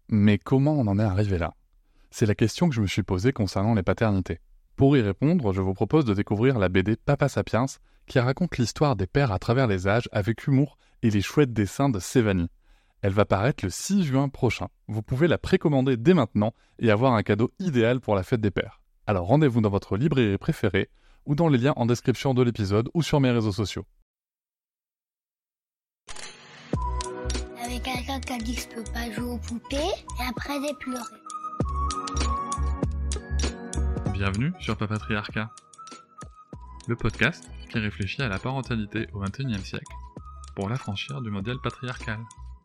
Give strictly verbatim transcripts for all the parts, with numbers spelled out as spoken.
Mais comment on en est arrivé là? C'est la question que je me suis posée concernant les paternités. Pour y répondre, je vous propose de découvrir la B D Papa Sapiens, qui raconte l'histoire des pères à travers les âges avec humour et les chouettes dessins de Sévanie. Elle va paraître le six juin prochain. Vous pouvez la précommander dès maintenant et avoir un cadeau idéal pour la fête des pères. Alors rendez-vous dans votre librairie préférée ou dans les liens en description de l'épisode ou sur mes réseaux sociaux. Avec quelqu'un qui a dit que je peux pas jouer aux poupées et après j'ai pleuré. Bienvenue sur Papatriarcat, le podcast qui réfléchit à la parentalité au vingt et unième siècle pour l'affranchir du modèle patriarcal.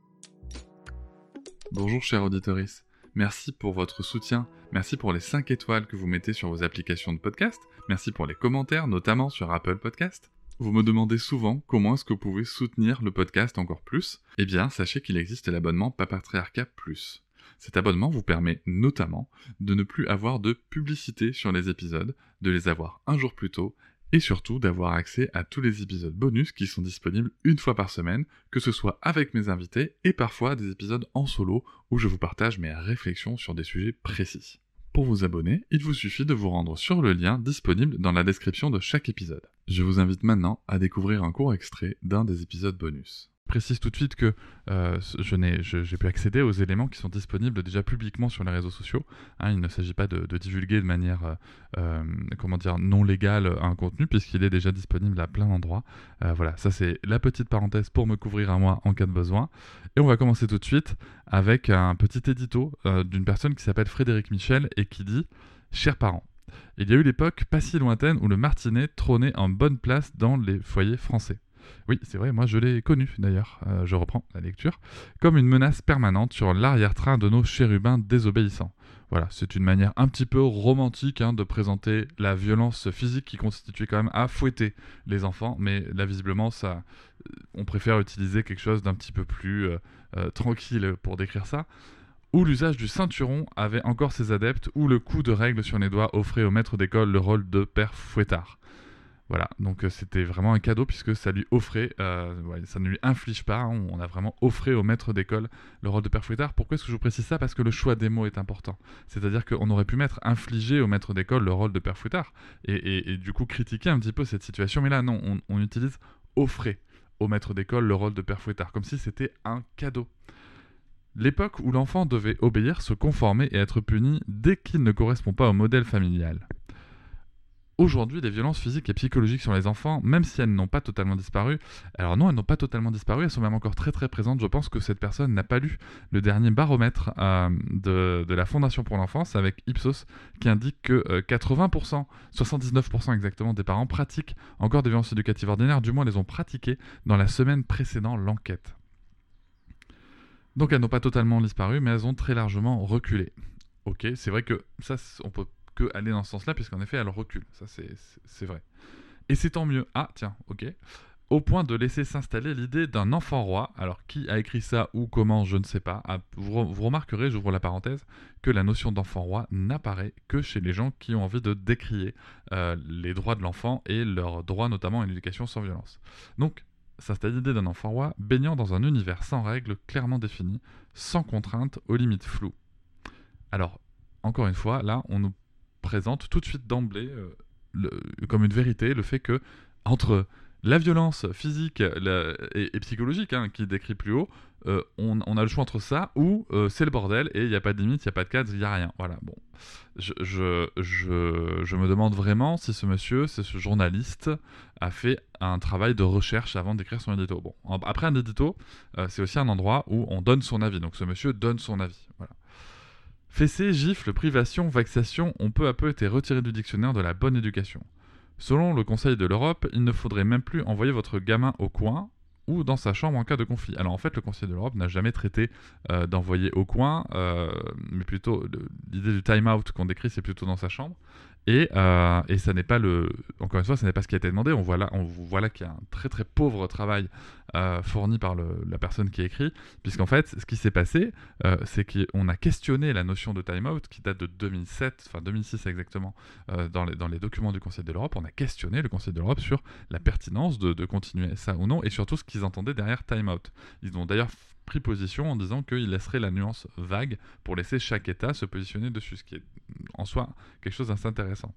Bonjour chers auditoris, merci pour votre soutien, merci pour les cinq étoiles que vous mettez sur vos applications de podcast, merci pour les commentaires, notamment sur Apple Podcast. Vous me demandez souvent comment est-ce que vous pouvez soutenir le podcast encore plus. Eh bien, sachez qu'il existe l'abonnement Papatriarcat Plus. Cet abonnement vous permet notamment de ne plus avoir de publicité sur les épisodes, de les avoir un jour plus tôt, et surtout d'avoir accès à tous les épisodes bonus qui sont disponibles une fois par semaine, que ce soit avec mes invités et parfois des épisodes en solo où je vous partage mes réflexions sur des sujets précis. Pour vous abonner, il vous suffit de vous rendre sur le lien disponible dans la description de chaque épisode. Je vous invite maintenant à découvrir un court extrait d'un des épisodes bonus. Je précise tout de suite que euh, je n'ai je, j'ai pu accéder aux éléments qui sont disponibles déjà publiquement sur les réseaux sociaux. Hein, il ne s'agit pas de, de divulguer de manière euh, euh, comment dire, non légale un contenu, puisqu'il est déjà disponible à plein d'endroits. Euh, voilà, ça c'est la petite parenthèse pour me couvrir à moi en cas de besoin. Et on va commencer tout de suite avec un petit édito euh, d'une personne qui s'appelle Frédéric Michel et qui dit « Chers parents, il y a eu l'époque pas si lointaine où le martinet trônait en bonne place dans les foyers français. Oui, c'est vrai, moi je l'ai connu d'ailleurs, euh, je reprends la lecture, comme une menace permanente sur l'arrière-train de nos chérubins désobéissants. Voilà, c'est une manière un petit peu romantique hein, de présenter la violence physique qui constituait quand même à fouetter les enfants, mais là visiblement ça, on préfère utiliser quelque chose d'un petit peu plus euh, euh, tranquille pour décrire ça. Où l'usage du ceinturon avait encore ses adeptes, où le coup de règle sur les doigts offrait au maître d'école le rôle de père fouettard. Voilà, donc euh, c'était vraiment un cadeau puisque ça lui offrait, euh, ouais, ça ne lui inflige pas, hein, on a vraiment offert au maître d'école le rôle de père fouettard. Pourquoi est-ce que je vous précise ça? Parce que le choix des mots est important. C'est-à-dire qu'on aurait pu mettre infliger au maître d'école le rôle de père fouettard et, et, et du coup critiquer un petit peu cette situation, mais là non, on, on utilise offrir au maître d'école le rôle de père fouettard, comme si c'était un cadeau. L'époque où l'enfant devait obéir, se conformer et être puni dès qu'il ne correspond pas au modèle familial. Aujourd'hui, les violences physiques et psychologiques sur les enfants, même si elles n'ont pas totalement disparu, alors non, elles n'ont pas totalement disparu, elles sont même encore très très présentes. Je pense que cette personne n'a pas lu le dernier baromètre euh, de, de la Fondation pour l'enfance avec Ipsos qui indique que euh, quatre-vingts pour cent, soixante-dix-neuf pour cent exactement des parents pratiquent encore des violences éducatives ordinaires, du moins les ont pratiquées dans la semaine précédant l'enquête. Donc elles n'ont pas totalement disparu, mais elles ont très largement reculé. Ok, c'est vrai que ça, on peut que aller dans ce sens-là, puisqu'en effet, elles reculent. Ça, c'est, c'est, c'est vrai. Et c'est tant mieux. Ah, tiens, ok. Au point de laisser s'installer l'idée d'un enfant roi. Alors, qui a écrit ça ou comment, je ne sais pas. Ah, vous, vous remarquerez, j'ouvre la parenthèse, que la notion d'enfant roi n'apparaît que chez les gens qui ont envie de décrier euh, les droits de l'enfant et leurs droits, notamment à une éducation sans violence. Donc, s'installe l'idée d'un enfant roi baignant dans un univers sans règles clairement définies, sans contraintes, aux limites floues. Alors, encore une fois, là, on nous présente tout de suite d'emblée euh, le, comme une vérité le fait que entre la violence physique la, et, et psychologique hein, qui décrit plus haut, euh, on, on a le choix entre ça ou euh, c'est le bordel et il n'y a pas de limite, il n'y a pas de cadre, il n'y a rien. Voilà, bon. Je, je, je, je me demande vraiment si ce monsieur, si ce journaliste a fait un travail de recherche avant d'écrire son édito. Bon, après un édito, euh, c'est aussi un endroit où on donne son avis. Donc ce monsieur donne son avis. Voilà. Fessées, gifles, privations, vexations ont peu à peu été retirés du dictionnaire de la bonne éducation. Selon le Conseil de l'Europe, il ne faudrait même plus envoyer votre gamin au coin ou dans sa chambre en cas de conflit. Alors en fait, le Conseil de l'Europe n'a jamais traité euh, d'envoyer au coin, euh, mais plutôt le, l'idée du time-out qu'on décrit, c'est plutôt dans sa chambre. Et, euh, et ça n'est pas le, encore une fois, ça n'est pas ce qui a été demandé. On voit là, on voit là qu'il y a un très très pauvre travail euh, fourni par le, la personne qui écrit, puisqu'en fait, ce qui s'est passé, euh, c'est qu'on a questionné la notion de time-out qui date de deux mille sept, enfin deux mille six exactement, euh, dans, les, dans les documents du Conseil de l'Europe. On a questionné le Conseil de l'Europe sur la pertinence de, de continuer ça ou non, et surtout ce qu'ils entendaient derrière time-out. Ils ont d'ailleurs pris position en disant qu'il laisserait la nuance vague pour laisser chaque État se positionner dessus, ce qui est en soi quelque chose d'assez intéressant.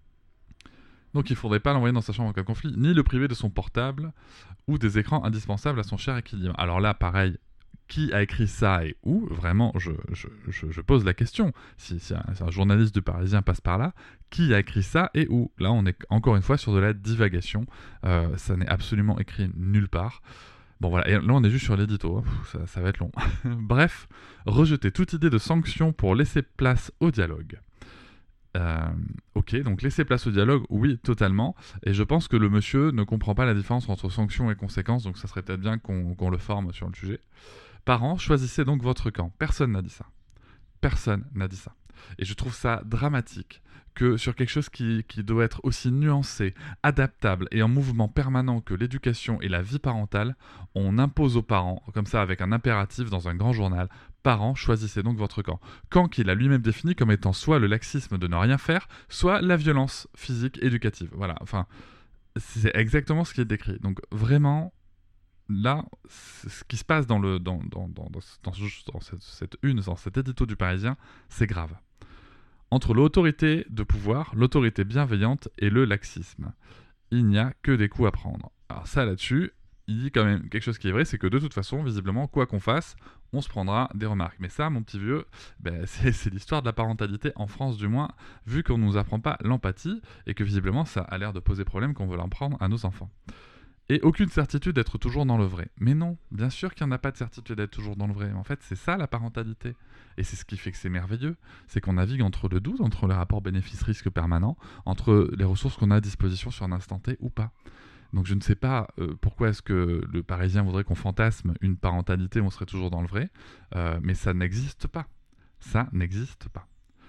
Donc il ne faudrait pas l'envoyer dans sa chambre en cas de conflit, ni le priver de son portable ou des écrans indispensables à son cher équilibre. Alors là, pareil, qui a écrit ça et où? Vraiment, je, je, je, je pose la question. Si, si, un, si un journaliste du Parisien passe par là, qui a écrit ça et où? Là, on est encore une fois sur de la divagation. Euh, ça n'est absolument écrit nulle part. Bon voilà, et là on est juste sur l'édito, ça, ça va être long. Bref, rejeter toute idée de sanction pour laisser place au dialogue. Euh, ok, donc laisser place au dialogue, oui, totalement. Et je pense que le monsieur ne comprend pas la différence entre sanction et conséquence, donc ça serait peut-être bien qu'on, qu'on le forme sur le sujet. Parents, choisissez donc votre camp. Personne n'a dit ça. Personne n'a dit ça. Et je trouve ça dramatique que sur quelque chose qui, qui doit être aussi nuancé, adaptable et en mouvement permanent que l'éducation et la vie parentale, on impose aux parents, comme ça avec un impératif dans un grand journal, parents, choisissez donc votre camp. Camp qu'il a lui-même défini comme étant soit le laxisme de ne rien faire, soit la violence physique éducative. Voilà, enfin, c'est exactement ce qui est décrit. Donc vraiment, là, ce qui se passe dans, le, dans, dans, dans, dans, dans, dans cette, cette une, dans cet édito du Parisien, c'est grave. Entre l'autorité de pouvoir, l'autorité bienveillante et le laxisme, il n'y a que des coups à prendre. Alors ça, là-dessus, il dit quand même quelque chose qui est vrai, c'est que de toute façon, visiblement, quoi qu'on fasse, on se prendra des remarques. Mais ça, mon petit vieux, ben, c'est, c'est l'histoire de la parentalité, en France du moins, vu qu'on ne nous apprend pas l'empathie, et que visiblement, ça a l'air de poser problème qu'on veut l'apprendre à nos enfants. Et aucune certitude d'être toujours dans le vrai. Mais non, bien sûr qu'il n'y en a pas de certitude d'être toujours dans le vrai. En fait, c'est ça la parentalité. Et c'est ce qui fait que c'est merveilleux. C'est qu'on navigue entre le doute, entre le rapport bénéfice-risque permanent, entre les ressources qu'on a à disposition sur un instant T ou pas. Donc je ne sais pas euh, pourquoi est-ce que le Parisien voudrait qu'on fantasme une parentalité où on serait toujours dans le vrai, euh, mais ça n'existe pas. Ça n'existe pas.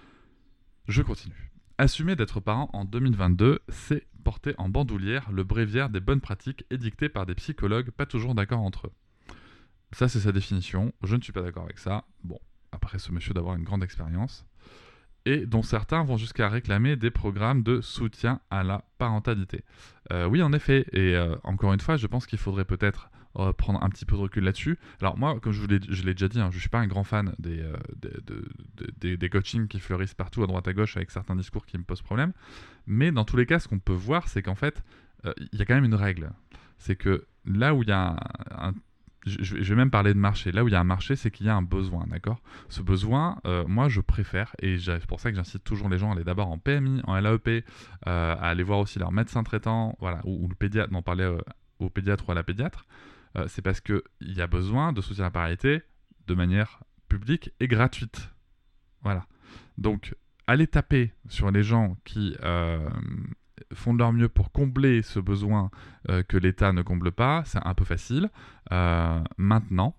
Je continue. Assumer d'être parent en deux mille vingt-deux, c'est porter en bandoulière le bréviaire des bonnes pratiques édictées par des psychologues pas toujours d'accord entre eux. Ça, c'est sa définition. Je ne suis pas d'accord avec ça. Bon, après ce monsieur d'avoir une grande expérience. Et dont certains vont jusqu'à réclamer des programmes de soutien à la parentalité. Euh, oui, en effet. Et euh, encore une fois, je pense qu'il faudrait peut-être euh, prendre un petit peu de recul là-dessus. Alors moi, comme je, vous l'ai, je l'ai déjà dit, hein, je ne suis pas un grand fan des, euh, des, de, de, des, des coachings qui fleurissent partout à droite à gauche avec certains discours qui me posent problème. Mais dans tous les cas, ce qu'on peut voir, c'est qu'en fait, il euh, y a quand même une règle. C'est que là où il y a un, un Je, je vais même parler de marché. Là où il y a un marché, c'est qu'il y a un besoin, d'accord ? Ce besoin, euh, moi, je préfère, et c'est pour ça que j'incite toujours les gens à aller d'abord en P M I, en L A E P, euh, à aller voir aussi leur médecin traitant, voilà, ou, ou le pédiatre, d'en parler euh, au pédiatre ou à la pédiatre, euh, c'est parce qu'il y a besoin de soutien à la parentalité de manière publique et gratuite. Voilà. Donc, allez taper sur les gens qui... Euh, font de leur mieux pour combler ce besoin euh, que l'État ne comble pas, c'est un peu facile. Euh, maintenant,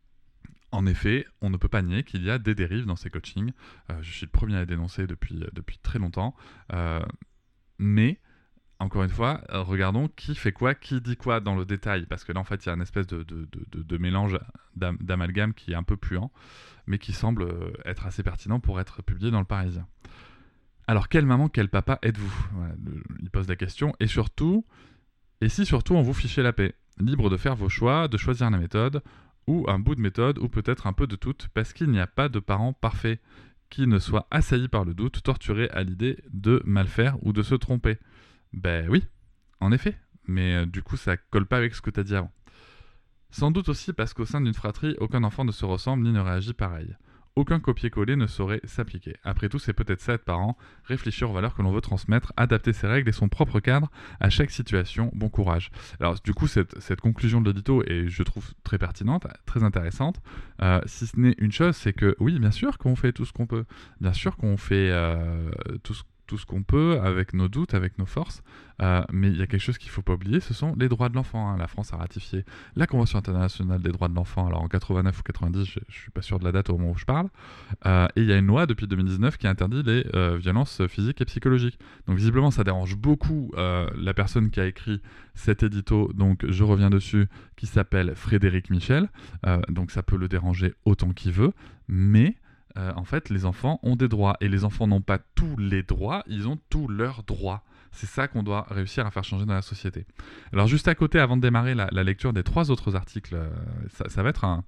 en effet, on ne peut pas nier qu'il y a des dérives dans ces coachings. Euh, je suis le premier à les dénoncer depuis, depuis très longtemps. Euh, mais, encore une fois, regardons qui fait quoi, qui dit quoi dans le détail. Parce que là, en fait, il y a une espèce de, de, de, de mélange d'am- d'amalgame qui est un peu puant, mais qui semble être assez pertinent pour être publié dans le Parisien. Alors, quelle maman, quel papa êtes-vous ? Voilà, le, il pose la question. Et surtout, et si surtout on vous fichait la paix ? Libre de faire vos choix, de choisir la méthode, ou un bout de méthode, ou peut-être un peu de toutes, parce qu'il n'y a pas de parent parfait qui ne soit assailli par le doute, torturé à l'idée de mal faire ou de se tromper. Ben oui, en effet. Mais euh, du coup, ça colle pas avec ce que tu as dit avant. Sans doute aussi parce qu'au sein d'une fratrie, aucun enfant ne se ressemble ni ne réagit pareil. Aucun copier-coller ne saurait s'appliquer. Après tout, c'est peut-être ça être parent, réfléchir aux valeurs que l'on veut transmettre, adapter ses règles et son propre cadre à chaque situation. Bon courage. Alors du coup, cette, cette conclusion de l'édito est, je trouve, très pertinente, très intéressante. Euh, si ce n'est une chose, c'est que oui, bien sûr qu'on fait tout ce qu'on peut. Bien sûr qu'on fait euh, tout ce tout ce qu'on peut, avec nos doutes, avec nos forces, euh, mais il y a quelque chose qu'il ne faut pas oublier, ce sont les droits de l'enfant. Hein. La France a ratifié la Convention internationale des droits de l'enfant, alors en quatre-vingt-neuf ou quatre-vingt-dix, je ne suis pas sûr de la date au moment où je parle, euh, et il y a une loi depuis deux mille dix-neuf qui interdit les euh, violences physiques et psychologiques. Donc visiblement, ça dérange beaucoup euh, la personne qui a écrit cet édito, donc je reviens dessus, qui s'appelle Frédéric Michel, euh, donc ça peut le déranger autant qu'il veut, mais... Euh, en fait, les enfants ont des droits. Et les enfants n'ont pas tous les droits, ils ont tous leurs droits. C'est ça qu'on doit réussir à faire changer dans la société. Alors juste à côté, avant de démarrer la, la lecture des trois autres articles, euh, ça, ça va être un,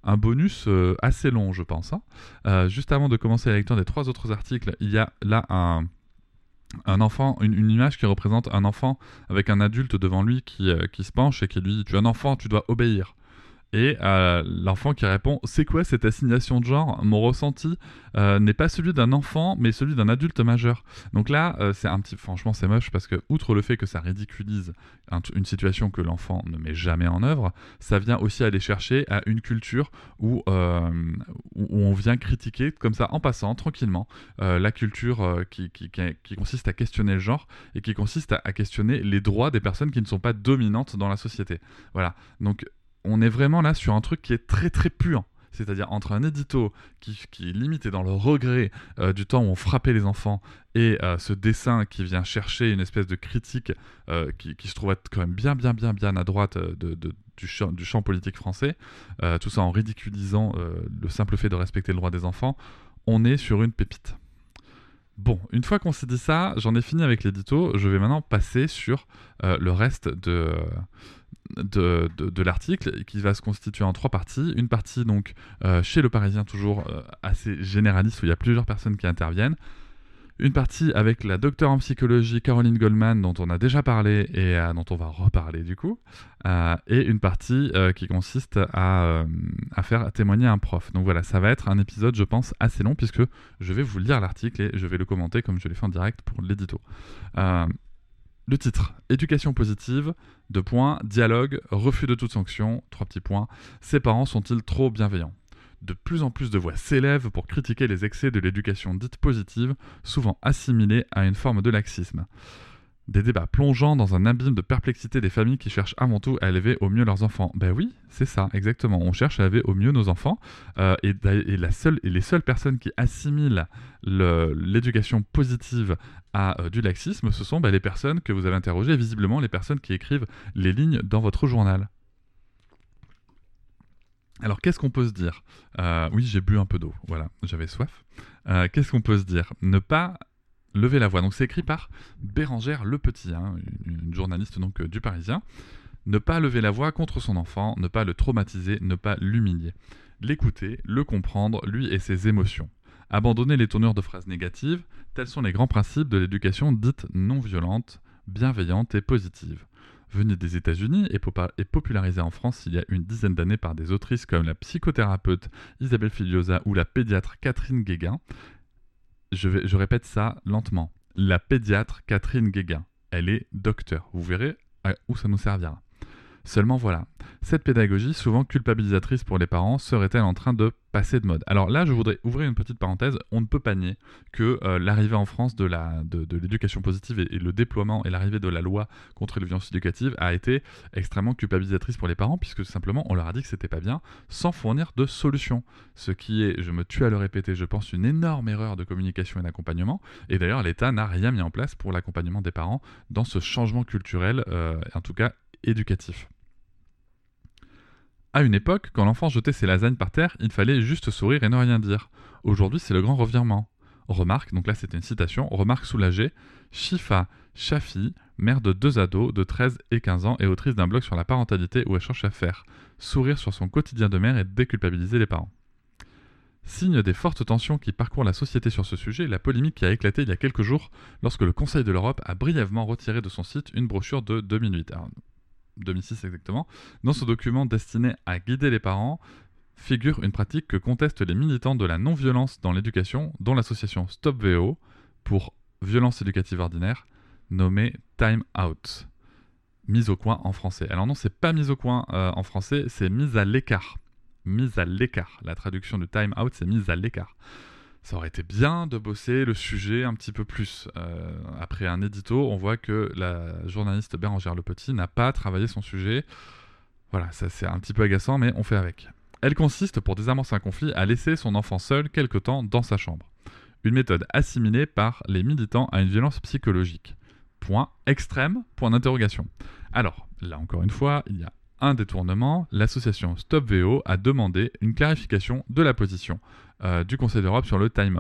un bonus euh, assez long, je pense. Hein. Euh, juste avant de commencer la lecture des trois autres articles, il y a là un, un enfant, une, une image qui représente un enfant avec un adulte devant lui qui, euh, qui se penche et qui lui dit « Tu es un enfant, tu dois obéir ». Et euh, l'enfant qui répond « C'est quoi cette assignation de genre ? Mon ressenti euh, n'est pas celui d'un enfant, mais celui d'un adulte majeur. » Donc là, euh, c'est un petit... franchement, c'est moche parce que, outre le fait que ça ridiculise un, une situation que l'enfant ne met jamais en œuvre, ça vient aussi aller chercher à une culture où, euh, où on vient critiquer, comme ça, en passant, tranquillement, euh, la culture euh, qui, qui, qui, qui consiste à questionner le genre et qui consiste à, à questionner les droits des personnes qui ne sont pas dominantes dans la société. Voilà. Donc, on est vraiment là sur un truc qui est très très puant. C'est-à-dire entre un édito qui, qui limite est dans le regret euh, du temps où on frappait les enfants et euh, ce dessin qui vient chercher une espèce de critique euh, qui, qui se trouve être quand même bien bien bien bien à droite de, de, du, champ, du champ politique français, euh, tout ça en ridiculisant euh, le simple fait de respecter le droit des enfants, on est sur une pépite. Bon, une fois qu'on s'est dit ça, j'en ai fini avec l'édito, je vais maintenant passer sur euh, le reste de... De, de, de l'article qui va se constituer en trois parties. Une partie donc euh, chez Le Parisien, toujours euh, assez généraliste, où il y a plusieurs personnes qui interviennent. Une partie avec la docteure en psychologie Caroline Goldman, dont on a déjà parlé et euh, dont on va reparler du coup. Euh, et une partie euh, qui consiste à, euh, à faire témoigner un prof. Donc voilà, ça va être un épisode, je pense, assez long, puisque je vais vous lire l'article et je vais le commenter comme je l'ai fait en direct pour l'édito. Euh, Le titre, éducation positive, deux points, dialogue, refus de toute sanction, trois petits points, ces parents sont-ils trop bienveillants ? De plus en plus de voix s'élèvent pour critiquer les excès de l'éducation dite positive, souvent assimilée à une forme de laxisme. Des débats plongeants dans un abîme de perplexité des familles qui cherchent avant tout à élever au mieux leurs enfants. Ben oui, c'est ça, exactement. On cherche à élever au mieux nos enfants. Euh, et, et, la seule, et les seules personnes qui assimilent le, l'éducation positive à euh, du laxisme, ce sont ben, les personnes que vous avez interrogées, et visiblement les personnes qui écrivent les lignes dans votre journal. Alors, qu'est-ce qu'on peut se dire ? euh, Oui, j'ai bu un peu d'eau, voilà, j'avais soif. Euh, qu'est-ce qu'on peut se dire ? Ne pas... lever la voix. Donc c'est écrit par Bérangère Le Petit, hein, une, une journaliste donc euh, du Parisien. Ne pas lever la voix contre son enfant, ne pas le traumatiser, ne pas l'humilier. L'écouter, le comprendre, lui et ses émotions. Abandonner les tournures de phrases négatives, tels sont les grands principes de l'éducation dite non violente, bienveillante et positive. Venue des États-Unis et, popa- et popularisée en France il y a une dizaine d'années par des autrices comme la psychothérapeute Isabelle Filiosa ou la pédiatre Catherine Guéguin. Je, vais, je répète ça lentement. La pédiatre Catherine Guéguin. Elle est docteur. Vous verrez à où ça nous servira. Seulement voilà, cette pédagogie, souvent culpabilisatrice pour les parents, serait-elle en train de passer de mode ? Alors là, je voudrais ouvrir une petite parenthèse. On ne peut pas nier que euh, l'arrivée en France de, la, de, de l'éducation positive et, et le déploiement et l'arrivée de la loi contre les violences éducatives a été extrêmement culpabilisatrice pour les parents, puisque simplement on leur a dit que c'était pas bien, sans fournir de solution. Ce qui est, je me tue à le répéter, je pense, une énorme erreur de communication et d'accompagnement. Et d'ailleurs, l'État n'a rien mis en place pour l'accompagnement des parents dans ce changement culturel, euh, en tout cas éducatif. À une époque, quand l'enfant jetait ses lasagnes par terre, il fallait juste sourire et ne rien dire. Aujourd'hui, c'est le grand revirement. Remarque, donc là c'était une citation, remarque soulagée, Shifa Shafi, mère de deux ados de treize et quinze ans et autrice d'un blog sur la parentalité où elle cherche à faire sourire sur son quotidien de mère et déculpabiliser les parents. Signe des fortes tensions qui parcourent la société sur ce sujet, la polémique qui a éclaté il y a quelques jours lorsque le Conseil de l'Europe a brièvement retiré de son site une brochure de deux mille huit. Alors, deux mille six exactement. Dans ce document destiné à guider les parents, figure une pratique que contestent les militants de la non-violence dans l'éducation, dont l'association Stop V O, pour violence éducative ordinaire, nommée Time Out. Mise au coin en français. Alors non, c'est pas mise au coin euh, en français, c'est mise à l'écart. Mise à l'écart. La traduction du Time Out, c'est mise à l'écart. Ça aurait été bien de bosser le sujet un petit peu plus. Euh, après un édito, on voit que la journaliste Bérangère Le Petit n'a pas travaillé son sujet. Voilà, ça c'est un petit peu agaçant, mais on fait avec. Elle consiste, pour désamorcer un conflit, à laisser son enfant seul quelque temps dans sa chambre. Une méthode assimilée par les militants à une violence psychologique. Point extrême, point d'interrogation. Alors, là encore une fois, il y a un détournement. L'association Stop V O a demandé une clarification de la position euh, du Conseil d'Europe sur le time out.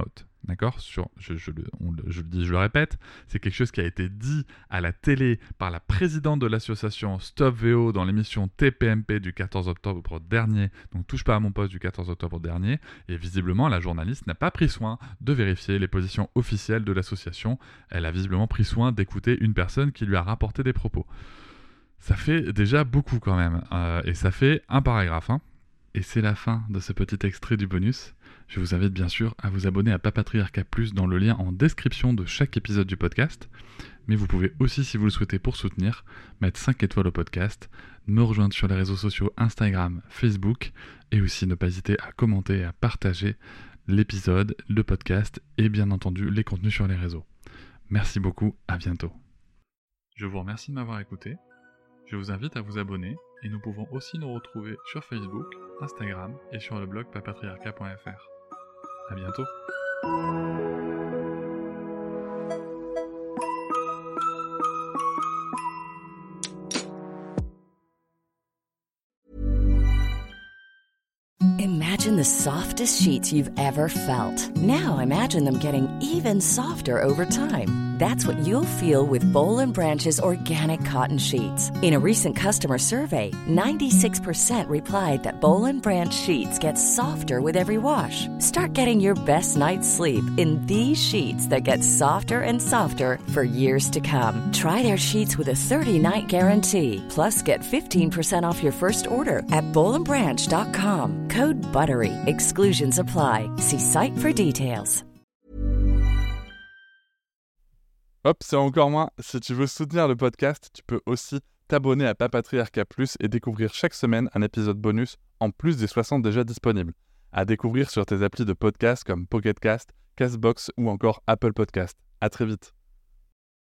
D'accord, sur, je, je, le, on, je le dis, je le répète, c'est quelque chose qui a été dit à la télé par la présidente de l'association Stop V O dans l'émission T P M P du quatorze octobre dernier, donc touche pas à mon poste du quatorze octobre dernier, et visiblement la journaliste n'a pas pris soin de vérifier les positions officielles de l'association, elle a visiblement pris soin d'écouter une personne qui lui a rapporté des propos. Ça fait déjà beaucoup quand même, euh, et ça fait un paragraphe, hein. Et c'est la fin de ce petit extrait du bonus. Je vous invite bien sûr à vous abonner à Papatriarcat Plus dans le lien en description de chaque épisode du podcast. Mais vous pouvez aussi, si vous le souhaitez pour soutenir, mettre cinq étoiles au podcast, me rejoindre sur les réseaux sociaux Instagram, Facebook, et aussi ne pas hésiter à commenter et à partager l'épisode, le podcast et bien entendu les contenus sur les réseaux. Merci beaucoup, à bientôt. Je vous remercie de m'avoir écouté. Je vous invite à vous abonner et nous pouvons aussi nous retrouver sur Facebook, Instagram et sur le blog papatriarcat point f r. À bientôt. Imagine the softest sheets you've ever felt. Now imagine them getting even softer over time. That's what you'll feel with Boll and Branch's organic cotton sheets. In a recent customer survey, ninety-six percent replied that Boll and Branch sheets get softer with every wash. Start getting your best night's sleep in these sheets that get softer and softer for years to come. Try their sheets with a thirty-night guarantee. Plus, get fifteen percent off your first order at boll and branch dot com. Code BUTTERY. Exclusions apply. See site for details. Hop, c'est encore moins. Si tu veux soutenir le podcast, tu peux aussi t'abonner à Papatriarcat Plus et découvrir chaque semaine un épisode bonus en plus des soixante déjà disponibles. À découvrir sur tes applis de podcast comme Pocket Cast, Castbox ou encore Apple Podcast. À très vite.